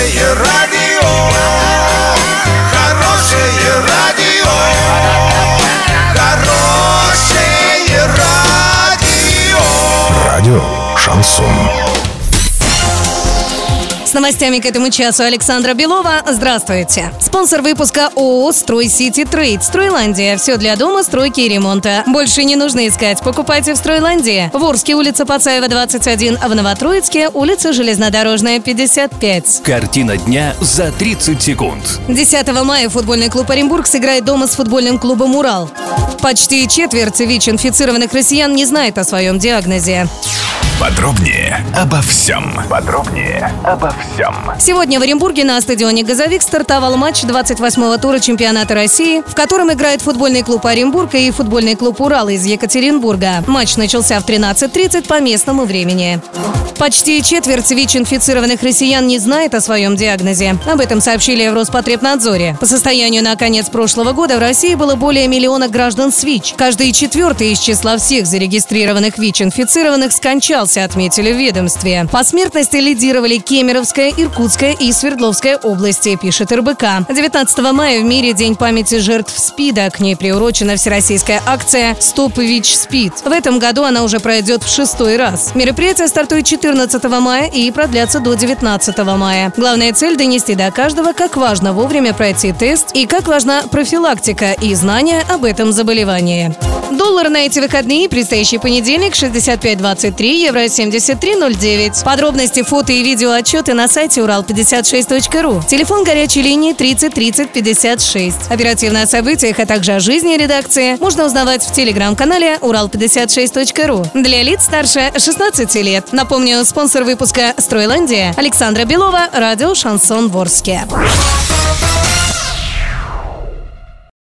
Хорошее радио, хорошее радио, хорошее радио. Радио «Шансон». С новостями к этому часу Александра Белова. Здравствуйте. Спонсор выпуска ООО «Стройсити Трейд». Стройландия. Все для дома, стройки и ремонта. Больше не нужно искать. Покупайте в Стройландии. В Орске улица Пацаева, 21, а в Новотроицке улица Железнодорожная, 55. Картина дня за 30 секунд. 10 мая футбольный клуб «Оренбург» сыграет дома с футбольным клубом «Урал». Почти четверть ВИЧ-инфицированных россиян не знает о своем диагнозе. Подробнее обо всем. Сегодня в Оренбурге на стадионе «Газовик» стартовал матч 28-го тура чемпионата России, в котором играет футбольный клуб «Оренбург» и футбольный клуб «Урал» из Екатеринбурга. Матч начался в 13:30 по местному времени. Почти четверть ВИЧ-инфицированных россиян не знает о своем диагнозе. Об этом сообщили в Роспотребнадзоре. По состоянию на конец прошлого года в России было более миллиона граждан с ВИЧ. Каждый четвертый из числа всех зарегистрированных ВИЧ-инфицированных скончался, отметили в ведомстве. По смертности лидировали Кемеровская, Иркутская и Свердловская области, пишет РБК. 19 мая в мире День памяти жертв СПИДа. К ней приурочена всероссийская акция «Стоп ВИЧ-СПИД». В этом году она уже пройдет в 6-й раз. Мероприятие стартует 14 мая и продлятся до 19 мая. Главная цель – донести до каждого, как важно вовремя пройти тест и как важна профилактика и знания об этом заболевании. Доллар на эти выходные, предстоящий понедельник, 65.23, евро 73.09. Подробности, фото и видео отчеты на сайте урал56.ру. Телефон горячей линии 30 30 56. Оперативно о событиях, а также о жизни редакции можно узнавать в телеграм-канале урал56.ру. Для лиц старше 16 лет. Напомню, спонсор выпуска «Стройландия». Александра Белова, радио «Шансон» в Орске.